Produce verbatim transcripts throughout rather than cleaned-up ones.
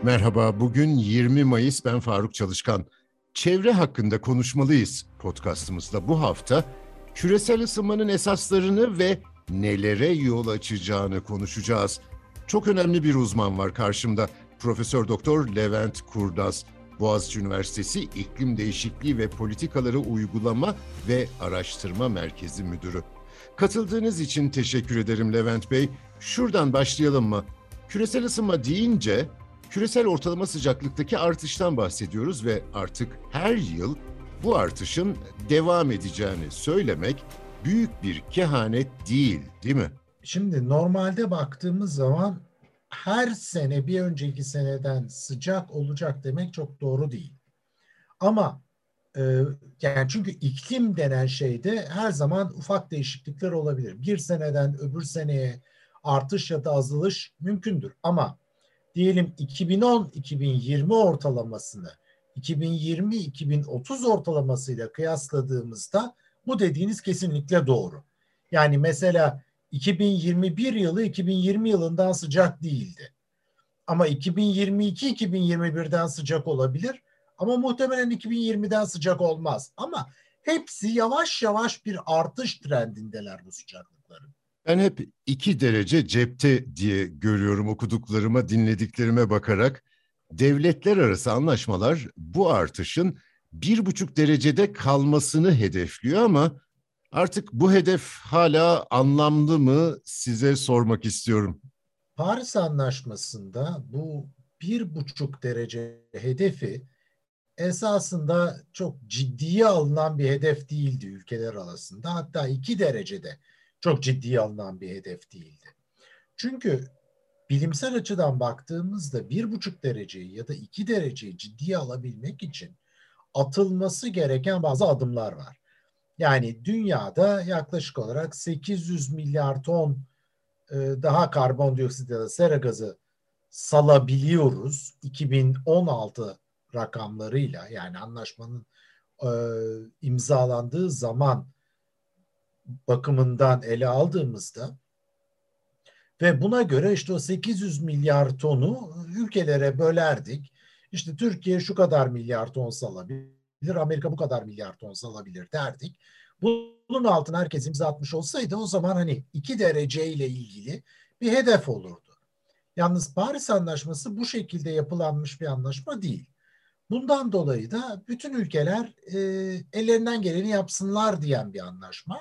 Merhaba, bugün yirmi Mayıs, ben Faruk Çalışkan. Çevre hakkında konuşmalıyız podcastımızda bu hafta. Küresel ısınmanın esaslarını ve nelere yol açacağını konuşacağız. Çok önemli bir uzman var karşımda. Profesör Doktor Levent Kurdaz, Boğaziçi Üniversitesi İklim Değişikliği ve Politikaları Uygulama ve Araştırma Merkezi Müdürü. Katıldığınız için teşekkür ederim Levent Bey. Şuradan başlayalım mı? Küresel ısınma deyince küresel ortalama sıcaklıktaki artıştan bahsediyoruz ve artık her yıl bu artışın devam edeceğini söylemek büyük bir kehanet değil, değil mi? Şimdi normalde baktığımız zaman her sene bir önceki seneden sıcak olacak demek çok doğru değil. Ama e, yani çünkü iklim denen şeyde her zaman ufak değişiklikler olabilir. Bir seneden öbür seneye artış ya da azalış mümkündür. Ama diyelim iki bin on iki bin yirmi ortalamasını iki bin yirmi iki bin otuz ortalamasıyla kıyasladığımızda bu dediğiniz kesinlikle doğru. Yani mesela iki bin yirmi bir yılı iki bin yirmi yılından sıcak değildi. Ama iki bin yirmi iki iki bin yirmi birden sıcak olabilir. Ama muhtemelen iki bin yirmiden sıcak olmaz. Ama hepsi yavaş yavaş bir artış trendindeler bu sıcaklıkların. Ben hep iki derece cepte diye görüyorum okuduklarıma, dinlediklerime bakarak. Devletler arası anlaşmalar bu artışın bir buçuk derecede kalmasını hedefliyor ama artık bu hedef hala anlamlı mı size sormak istiyorum. Paris Anlaşması'nda bu bir buçuk derece hedefi esasında çok ciddiye alınan bir hedef değildi ülkeler arasında. Hatta iki derecede çok ciddiye alınan bir hedef değildi. Çünkü bilimsel açıdan baktığımızda bir buçuk dereceyi ya da iki dereceyi ciddiye alabilmek için atılması gereken bazı adımlar var. Yani dünyada yaklaşık olarak sekiz yüz milyar ton e, daha karbondioksit ya da sera gazı salabiliyoruz. iki bin on altı rakamlarıyla, yani anlaşmanın e, imzalandığı zaman bakımından ele aldığımızda ve buna göre işte o sekiz yüz milyar tonu ülkelere bölerdik. İşte Türkiye şu kadar milyar ton salabilir, Amerika bu kadar milyar ton salabilir derdik. Bunun altına herkes imza atmış olsaydı o zaman hani iki derece ile ilgili bir hedef olurdu. Yalnız Paris Anlaşması bu şekilde yapılanmış bir anlaşma değil. Bundan dolayı da bütün ülkeler e, ellerinden geleni yapsınlar diyen bir anlaşma.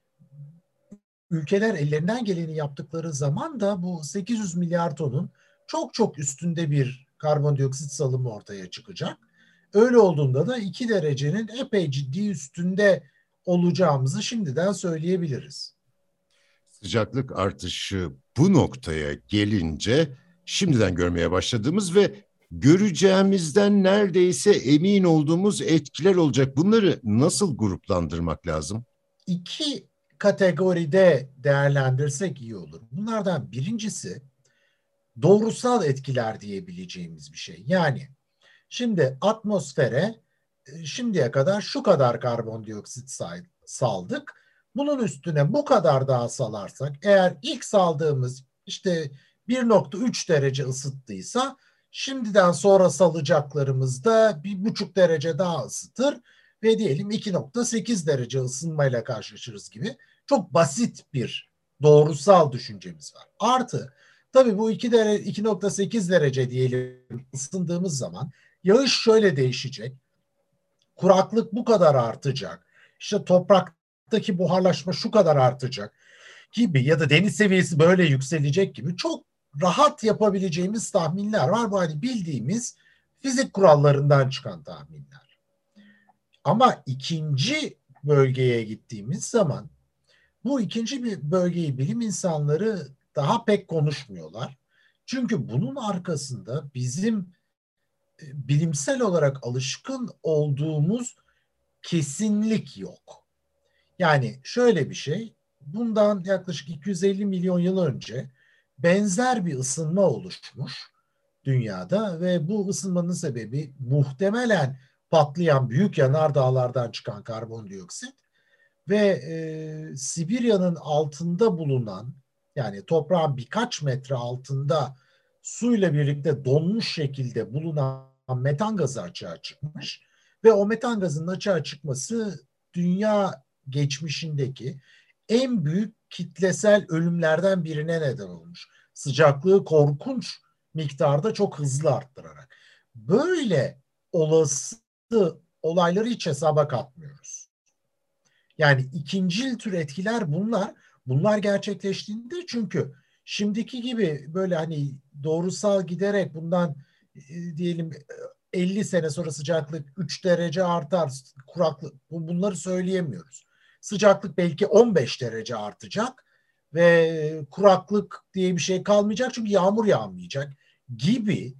Ülkeler ellerinden geleni yaptıkları zaman da bu sekiz yüz milyar tonun çok çok üstünde bir karbondioksit salımı ortaya çıkacak. Öyle olduğunda da iki derecenin epey ciddi üstünde olacağımızı şimdiden söyleyebiliriz. Sıcaklık artışı bu noktaya gelince şimdiden görmeye başladığımız ve göreceğimizden neredeyse emin olduğumuz etkiler olacak. Bunları nasıl gruplandırmak lazım? İki kategoride değerlendirsek iyi olur. Bunlardan birincisi doğrusal etkiler diyebileceğimiz bir şey. Yani şimdi atmosfere e, şimdiye kadar şu kadar karbondioksit saldık. Bunun üstüne bu kadar daha salarsak, eğer ilk saldığımız işte bir nokta üç derece ısıttıysa şimdiden sonra salacaklarımız da bir buçuk derece daha ısıtır ve diyelim iki nokta sekiz derece ısınmayla karşılaşırız gibi çok basit bir doğrusal düşüncemiz var. Artı tabii bu iki nokta sekiz derece diyelim ısındığımız zaman yağış şöyle değişecek. Kuraklık bu kadar artacak. İşte topraktaki buharlaşma şu kadar artacak gibi ya da deniz seviyesi böyle yükselecek gibi çok rahat yapabileceğimiz tahminler var. Bu hani bildiğimiz fizik kurallarından çıkan tahminler. Ama ikinci bölgeye gittiğimiz zaman bu ikinci bir bölgeyi bilim insanları daha pek konuşmuyorlar. Çünkü bunun arkasında bizim bilimsel olarak alışkın olduğumuz kesinlik yok. Yani şöyle bir şey, bundan yaklaşık iki yüz elli milyon yıl önce benzer bir ısınma oluşmuş dünyada ve bu ısınmanın sebebi muhtemelen patlayan büyük yanardağlardan çıkan karbondioksit ve e, Sibirya'nın altında bulunan, yani toprağın birkaç metre altında suyla birlikte donmuş şekilde bulunan metan gazı açığa çıkmış ve o metan gazının açığa çıkması dünya geçmişindeki en büyük kitlesel ölümlerden birine neden olmuş. Sıcaklığı korkunç miktarda çok hızlı arttırarak. Böyle olası olayları hiç hesaba katmıyoruz. Yani ikincil tür etkiler bunlar. Bunlar gerçekleştiğinde çünkü şimdiki gibi böyle hani doğrusal giderek bundan e, diyelim elli sene sonra sıcaklık üç derece artar, kuraklık bunları söyleyemiyoruz. Sıcaklık belki on beş derece artacak ve kuraklık diye bir şey kalmayacak çünkü yağmur yağmayacak gibi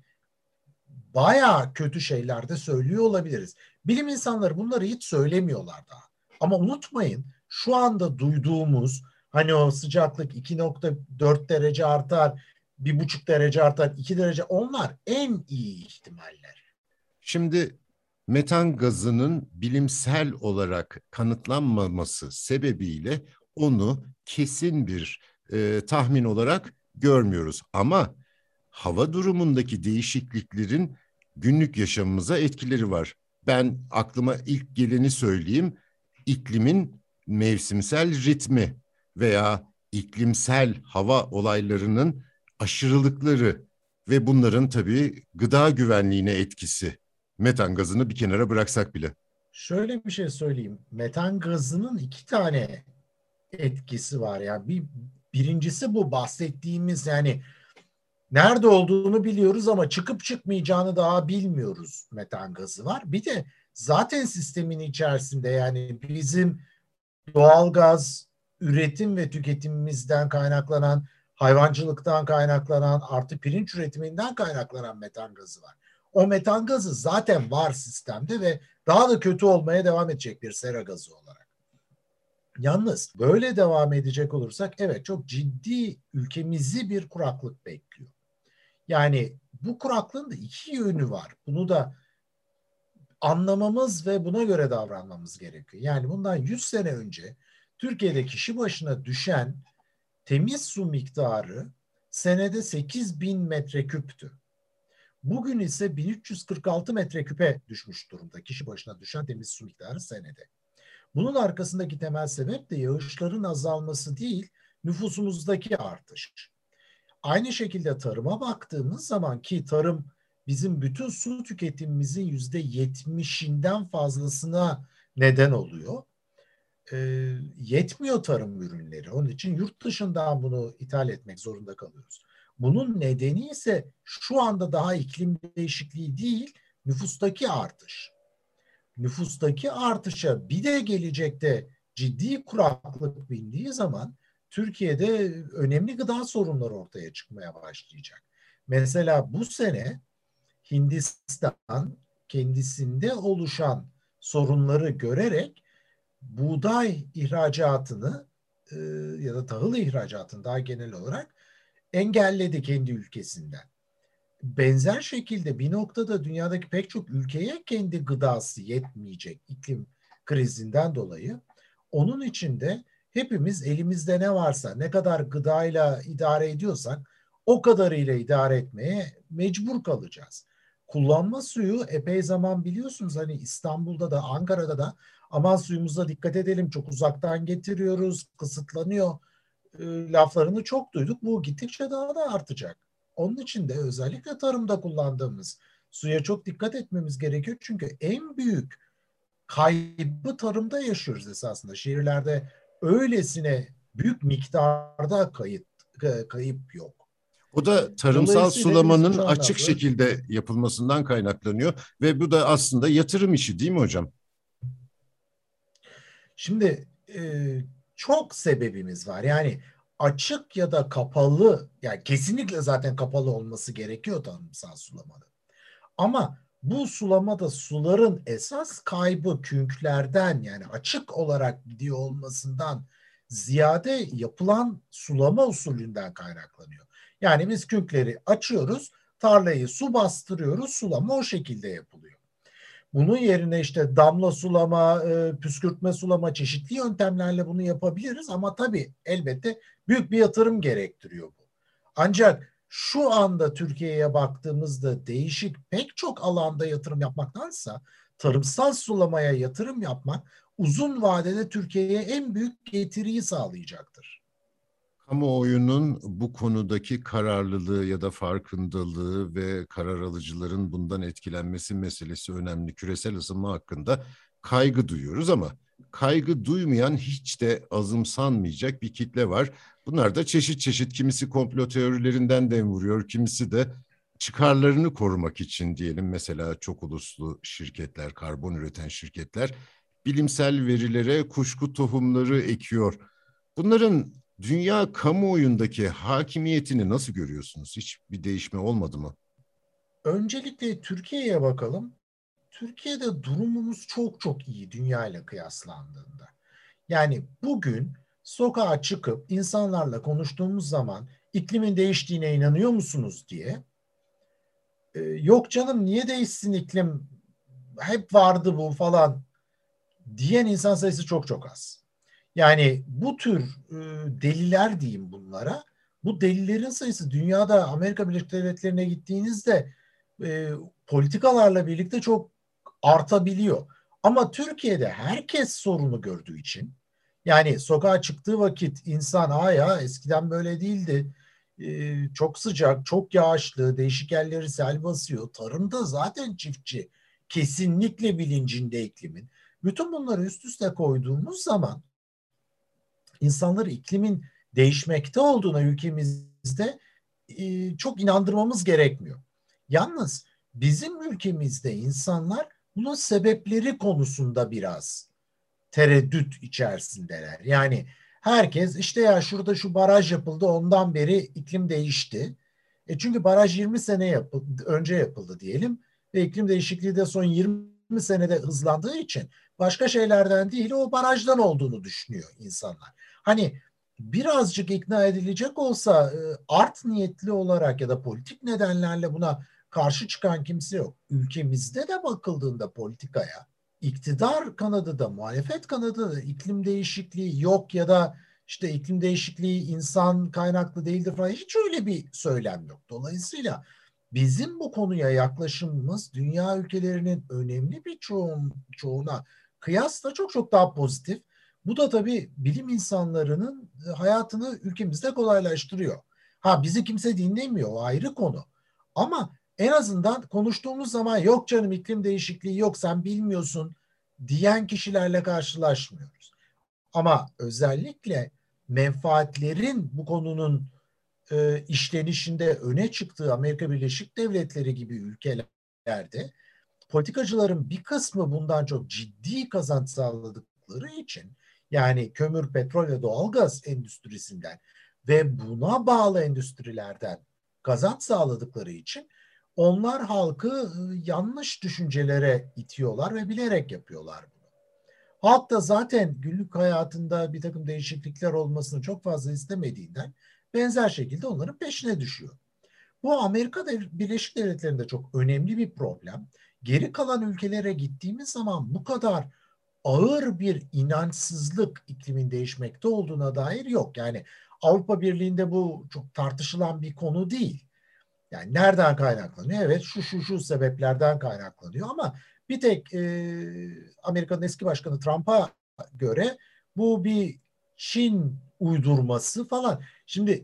bayağı kötü şeyler de söylüyor olabiliriz. Bilim insanları bunları hiç söylemiyorlar daha. Ama unutmayın şu anda duyduğumuz hani o sıcaklık iki nokta dört derece artar, bir buçuk derece artar, iki derece onlar en iyi ihtimaller. Şimdi metan gazının bilimsel olarak kanıtlanmaması sebebiyle onu kesin bir e, tahmin olarak görmüyoruz. Ama hava durumundaki değişikliklerin günlük yaşamımıza etkileri var. Ben aklıma ilk geleni söyleyeyim. İklimin mevsimsel ritmi veya iklimsel hava olaylarının aşırılıkları ve bunların tabii gıda güvenliğine etkisi. Metan gazını bir kenara bıraksak bile. Şöyle bir şey söyleyeyim. Metan gazının iki tane etkisi var. Yani bir birincisi bu bahsettiğimiz yani nerede olduğunu biliyoruz ama çıkıp çıkmayacağını daha bilmiyoruz metan gazı var. Bir de zaten sistemin içerisinde yani bizim doğal gaz üretim ve tüketimimizden kaynaklanan, hayvancılıktan kaynaklanan, artı pirinç üretiminden kaynaklanan metan gazı var. O metan gazı zaten var sistemde ve daha da kötü olmaya devam edecek bir sera gazı olarak. Yalnız böyle devam edecek olursak evet çok ciddi ülkemizi bir kuraklık bekliyor. Yani bu kuraklığın da iki yönü var. Bunu da anlamamız ve buna göre davranmamız gerekiyor. Yani bundan yüz sene önce Türkiye'de kişi başına düşen temiz su miktarı senede sekiz bin metreküptü. Bugün ise bin üç yüz kırk altı metreküpe düşmüş durumda kişi başına düşen temiz su miktarı senede. Bunun arkasındaki temel sebep de yağışların azalması değil, nüfusumuzdaki artış. Aynı şekilde tarıma baktığımız zaman ki tarım bizim bütün su tüketimimizin yüzde yetmişinden fazlasına neden oluyor. E, yetmiyor tarım ürünleri. Onun için yurt dışından bunu ithal etmek zorunda kalıyoruz. Bunun nedeni ise şu anda daha iklim değişikliği değil, nüfustaki artış. Nüfustaki artışa bir de gelecekte ciddi kuraklık bindiği zaman Türkiye'de önemli gıda sorunları ortaya çıkmaya başlayacak. Mesela bu sene Hindistan kendisinde oluşan sorunları görerek buğday ihracatını e, ya da tahıl ihracatını daha genel olarak engelledi kendi ülkesinden. Benzer şekilde bir noktada dünyadaki pek çok ülkeye kendi gıdası yetmeyecek iklim krizinden dolayı. Onun için de hepimiz elimizde ne varsa ne kadar gıdayla idare ediyorsak o kadarıyla idare etmeye mecbur kalacağız. Kullanma suyu epey zaman biliyorsunuz hani İstanbul'da da Ankara'da da aman suyumuza dikkat edelim çok uzaktan getiriyoruz kısıtlanıyor e, laflarını çok duyduk. Bu gittikçe daha da artacak. Onun için de özellikle tarımda kullandığımız suya çok dikkat etmemiz gerekiyor. Çünkü en büyük kaybı tarımda yaşıyoruz esasında. Şehirlerde öylesine büyük miktarda kayıp, kayıp yok. O da tarımsal Dolayısıyla hepimizin sulamanın şu açık anlamda şekilde yapılmasından kaynaklanıyor ve bu da aslında yatırım işi değil mi hocam? şimdi e, çok sebebimiz var. Yani açık ya da kapalı yani kesinlikle zaten kapalı olması gerekiyor tarımsal sulamanın. Ama bu sulamada suların esas kaybı künklerden yani açık olarak gidiyor olmasından ziyade yapılan sulama usulünden kaynaklanıyor. Yani biz künkleri açıyoruz, tarlayı su bastırıyoruz, sulama o şekilde yapılıyor. Bunun yerine işte damla sulama, e, püskürtme sulama çeşitli yöntemlerle bunu yapabiliriz ama tabii elbette büyük bir yatırım gerektiriyor bu. Ancak şu anda Türkiye'ye baktığımızda değişik pek çok alanda yatırım yapmaktansa tarımsal sulamaya yatırım yapmak uzun vadede Türkiye'ye en büyük getiriyi sağlayacaktır. Kamuoyunun bu konudaki kararlılığı ya da farkındalığı ve karar alıcıların bundan etkilenmesi meselesi önemli. Küresel ısınma hakkında kaygı duyuyoruz ama kaygı duymayan, hiç de azımsanmayacak bir kitle var. Bunlar da çeşit çeşit, kimisi komplo teorilerinden dem vuruyor, kimisi de çıkarlarını korumak için diyelim, mesela çok uluslu şirketler, karbon üreten şirketler bilimsel verilere kuşku tohumları ekiyor. Bunların dünya kamuoyundaki hakimiyetini nasıl görüyorsunuz? Hiç bir değişme olmadı mı? Öncelikle Türkiye'ye bakalım. Türkiye'de durumumuz çok çok iyi dünya ile kıyaslandığında. Yani bugün sokağa çıkıp insanlarla konuştuğumuz zaman iklimin değiştiğine inanıyor musunuz diye, e, yok canım niye değişsin iklim, hep vardı bu falan diyen insan sayısı çok çok az. Yani bu tür e, deliler diyeyim bunlara. Bu delilerin sayısı dünyada, Amerika Birleşik Devletleri'ne gittiğinizde e, politikalarla birlikte çok artabiliyor. Ama Türkiye'de herkes sorunu gördüğü için, yani sokağa çıktığı vakit insan aa ya eskiden böyle değildi. E, çok sıcak, çok yağışlı, değişik yerleri sel basıyor. Tarımda zaten çiftçi kesinlikle bilincinde iklimin. Bütün bunları üst üste koyduğumuz zaman insanları iklimin değişmekte olduğuna ülkemizde e, çok inandırmamız gerekmiyor. Yalnız bizim ülkemizde insanlar bunun sebepleri konusunda biraz tereddüt içerisindeler. Yani herkes işte ya şurada şu baraj yapıldı ondan beri iklim değişti. E çünkü baraj yirmi sene yapıldı, önce yapıldı diyelim ve iklim değişikliği de son yirmi senede hızlandığı için başka şeylerden değil o barajdan olduğunu düşünüyor insanlar. Hani birazcık ikna edilecek olsa e, art niyetli olarak ya da politik nedenlerle buna karşı çıkan kimse yok. Ülkemizde de bakıldığında politikaya, iktidar kanadı da muhalefet kanadı da iklim değişikliği yok ya da işte iklim değişikliği insan kaynaklı değildir falan, hiç öyle bir söylem yok. Dolayısıyla bizim bu konuya yaklaşımımız dünya ülkelerinin önemli bir çoğun, çoğuna kıyasla çok çok daha pozitif. Bu da tabii bilim insanlarının hayatını ülkemizde kolaylaştırıyor. Ha bizi kimse dinlemiyor, o ayrı konu. Ama en azından konuştuğumuz zaman yok canım iklim değişikliği yok sen bilmiyorsun diyen kişilerle karşılaşmıyoruz. Ama özellikle menfaatlerin bu konunun e, işlenişinde öne çıktığı Amerika Birleşik Devletleri gibi ülkelerde politikacıların bir kısmı bundan çok ciddi kazanç sağladıkları için, yani kömür, petrol ve doğalgaz endüstrisinden ve buna bağlı endüstrilerden kazanç sağladıkları için onlar halkı yanlış düşüncelere itiyorlar ve bilerek yapıyorlar bunu. Halk da zaten günlük hayatında bir takım değişiklikler olmasını çok fazla istemediğinden benzer şekilde onların peşine düşüyor. Bu Amerika Birleşik Devletleri'nde çok önemli bir problem. Geri kalan ülkelere gittiğimiz zaman bu kadar ağır bir inançsızlık iklimin değişmekte olduğuna dair yok. Yani Avrupa Birliği'nde bu çok tartışılan bir konu değil. Yani nereden kaynaklanıyor? Evet şu şu şu sebeplerden kaynaklanıyor ama bir tek e, Amerika'nın eski başkanı Trump'a göre bu bir Çin uydurması falan. Şimdi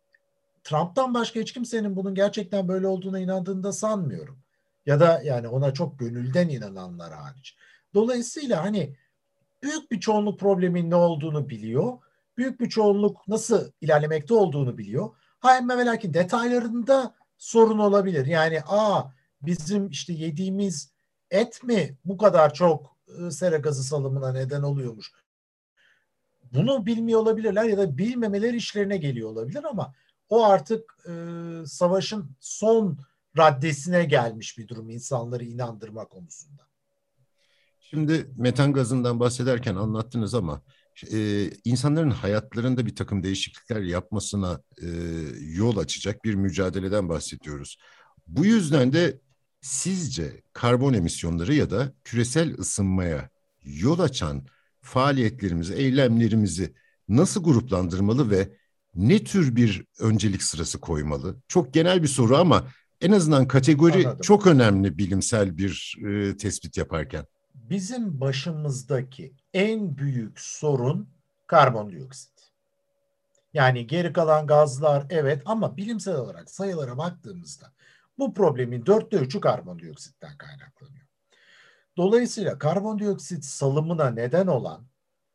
Trump'tan başka hiç kimsenin bunun gerçekten böyle olduğuna inandığını da sanmıyorum. Ya da yani ona çok gönülden inananlar hariç. Dolayısıyla hani büyük bir çoğunluk problemin ne olduğunu biliyor. Büyük bir çoğunluk nasıl ilerlemekte olduğunu biliyor. Ha emme ve lakin detaylarında sorun olabilir. Yani aa bizim işte yediğimiz et mi bu kadar çok e, sera gazı salımına neden oluyormuş. Bunu bilmiyor olabilirler ya da bilmemeleri işlerine geliyor olabilir ama o artık e, savaşın son raddesine gelmiş bir durum insanları inandırma konusunda. Şimdi metan gazından bahsederken anlattınız ama e, insanların hayatlarında bir takım değişiklikler yapmasına e, yol açacak bir mücadeleden bahsediyoruz. Bu yüzden de sizce karbon emisyonları ya da küresel ısınmaya yol açan faaliyetlerimizi, eylemlerimizi nasıl gruplandırmalı ve ne tür bir öncelik sırası koymalı? Çok genel bir soru ama en azından kategori Anladım. çok önemli bilimsel bir e, tespit yaparken. Bizim başımızdaki en büyük sorun karbondioksit. Yani geri kalan gazlar evet, ama bilimsel olarak sayılara baktığımızda bu problemin dörtte üçü karbondioksitten kaynaklanıyor. Dolayısıyla karbondioksit salımına neden olan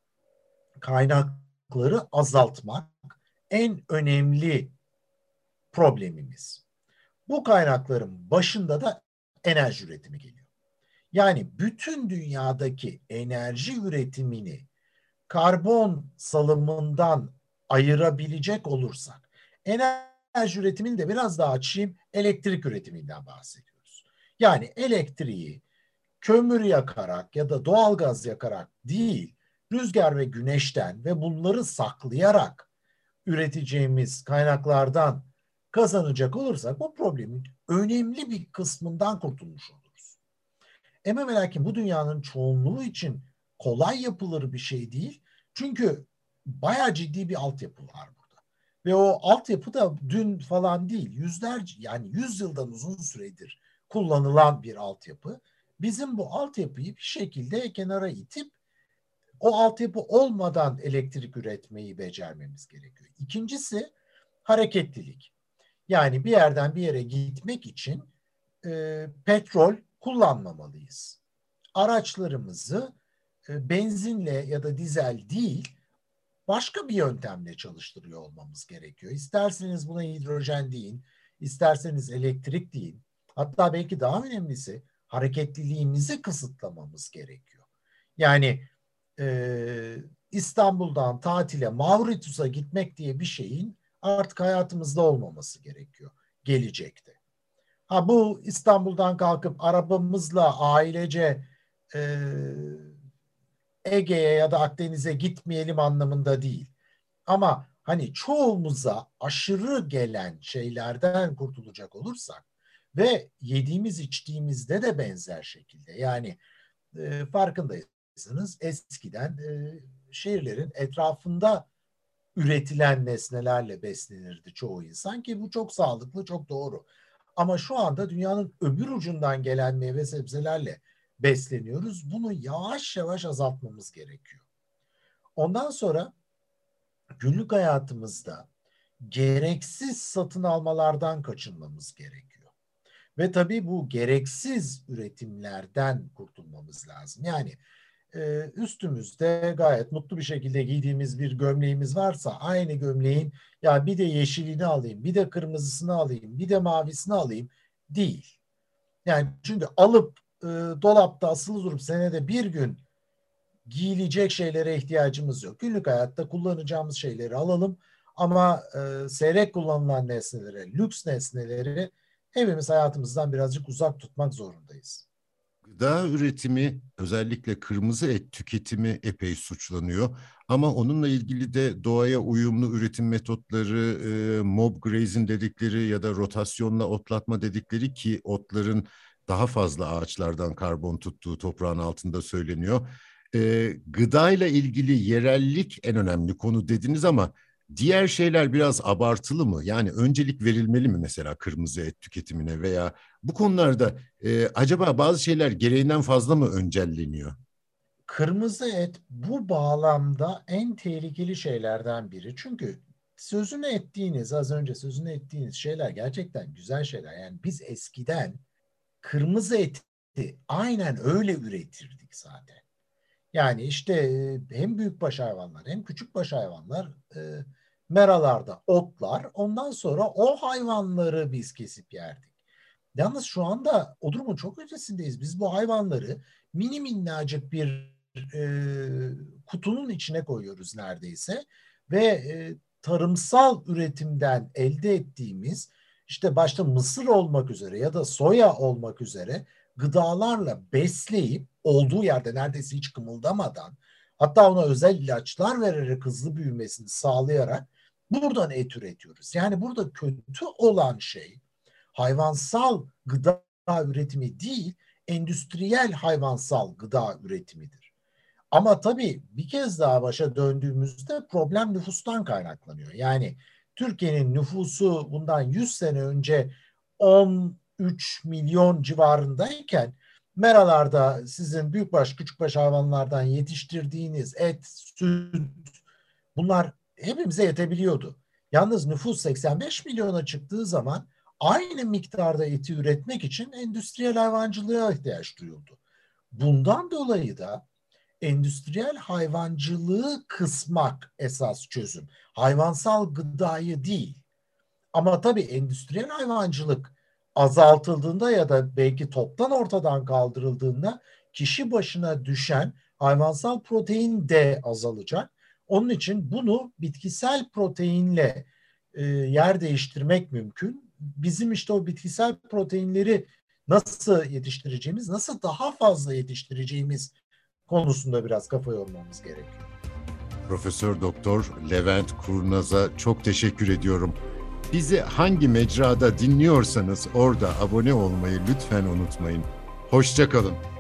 kaynakları azaltmak en önemli problemimiz. Bu kaynakların başında da enerji üretimi geliyor. Yani bütün dünyadaki enerji üretimini karbon salımından ayırabilecek olursak, enerji üretimini de biraz daha açayım, elektrik üretiminden bahsediyoruz. Yani elektriği kömür yakarak ya da doğalgaz yakarak değil, rüzgar ve güneşten ve bunları saklayarak üreteceğimiz kaynaklardan kazanacak olursak bu problemin önemli bir kısmından kurtulmuş oluruz. Ama ve lakin bu dünyanın çoğunluğu için kolay yapılır bir şey değil. Çünkü bayağı ciddi bir altyapı var burada. Ve o altyapı da dün falan değil, yüzlerce, yani yüz yıldan uzun süredir kullanılan bir altyapı. Bizim bu altyapıyı bir şekilde kenara itip o altyapı olmadan elektrik üretmeyi becermemiz gerekiyor. İkincisi hareketlilik. Yani bir yerden bir yere gitmek için e, petrol kullanmamalıyız. Araçlarımızı e, benzinle ya da dizel değil, başka bir yöntemle çalıştırıyor olmamız gerekiyor. İsterseniz buna hidrojen deyin, isterseniz elektrik deyin. Hatta belki daha önemlisi hareketliliğimizi kısıtlamamız gerekiyor. Yani e, İstanbul'dan tatile Mauritius'a gitmek diye bir şeyin artık hayatımızda olmaması gerekiyor gelecekte. Ha, bu İstanbul'dan kalkıp arabamızla ailece e, Ege'ye ya da Akdeniz'e gitmeyelim anlamında değil. Ama hani çoğumuza aşırı gelen şeylerden kurtulacak olursak ve yediğimiz içtiğimizde de benzer şekilde, yani e, farkındaysanız eskiden e, şehirlerin etrafında üretilen nesnelerle beslenirdi çoğu insan, ki bu çok sağlıklı, çok doğru. Ama şu anda dünyanın öbür ucundan gelen meyve sebzelerle besleniyoruz. Bunu yavaş yavaş azaltmamız gerekiyor. Ondan sonra günlük hayatımızda gereksiz satın almalardan kaçınmamız gerekiyor. Ve tabii bu gereksiz üretimlerden kurtulmamız lazım. Yani e, üstümüzde gayet mutlu bir şekilde giydiğimiz bir gömleğimiz varsa aynı gömleğin ya bir de yeşilini alayım, bir de kırmızısını alayım, bir de mavisini alayım değil. Yani çünkü alıp e, dolapta asılı durup senede bir gün giyilecek şeylere ihtiyacımız yok. Günlük hayatta kullanacağımız şeyleri alalım ama e, seyrek kullanılan nesneleri, lüks nesneleri hepimiz hayatımızdan birazcık uzak tutmak zorundayız. Gıda üretimi, özellikle kırmızı et tüketimi epey suçlanıyor. Ama onunla ilgili de doğaya uyumlu üretim metotları, e, mob grazing dedikleri ya da rotasyonla otlatma dedikleri, ki otların daha fazla ağaçlardan karbon tuttuğu toprağın altında söyleniyor. E, gıdayla ilgili yerellik en önemli konu dediniz ama diğer şeyler biraz abartılı mı? Yani öncelik verilmeli mi mesela kırmızı et tüketimine, veya bu konularda e, acaba bazı şeyler gereğinden fazla mı öncelleniyor? Kırmızı et bu bağlamda en tehlikeli şeylerden biri. Çünkü sözünü ettiğiniz, az önce sözünü ettiğiniz şeyler gerçekten güzel şeyler. Yani biz eskiden kırmızı eti aynen öyle üretirdik zaten. Yani işte e, hem büyükbaş hayvanlar hem küçükbaş hayvanlar e, meralarda otlar. Ondan sonra o hayvanları biz kesip yerdik. Yalnız şu anda o durumun çok ötesindeyiz. Biz bu hayvanları mini minnacık bir e, kutunun içine koyuyoruz neredeyse ve e, tarımsal üretimden elde ettiğimiz, işte başta mısır olmak üzere ya da soya olmak üzere gıdalarla besleyip olduğu yerde neredeyse hiç kımıldamadan, hatta ona özel ilaçlar vererek hızlı büyümesini sağlayarak buradan et üretiyoruz. Yani burada kötü olan şey hayvansal gıda üretimi değil, endüstriyel hayvansal gıda üretimidir. Ama tabii bir kez daha başa döndüğümüzde problem nüfustan kaynaklanıyor. Yani Türkiye'nin nüfusu bundan yüz sene önce on üç milyon civarındayken meralarda sizin büyükbaş küçükbaş hayvanlardan yetiştirdiğiniz et, süt, bunlar hepimize yetebiliyordu. Yalnız nüfus seksen beş milyona çıktığı zaman aynı miktarda eti üretmek için endüstriyel hayvancılığa ihtiyaç duyuldu. Bundan dolayı da endüstriyel hayvancılığı kısmak esas çözüm. Hayvansal gıdayı değil. Ama tabii endüstriyel hayvancılık azaltıldığında ya da belki toptan ortadan kaldırıldığında kişi başına düşen hayvansal protein de azalacak. Onun için bunu bitkisel proteinle e, yer değiştirmek mümkün. Bizim işte o bitkisel proteinleri nasıl yetiştireceğimiz, nasıl daha fazla yetiştireceğimiz konusunda biraz kafa yormamız gerekiyor. Profesör Doktor Levent Kurnaz'a çok teşekkür ediyorum. Bizi hangi mecrada dinliyorsanız orada abone olmayı lütfen unutmayın. Hoşça kalın.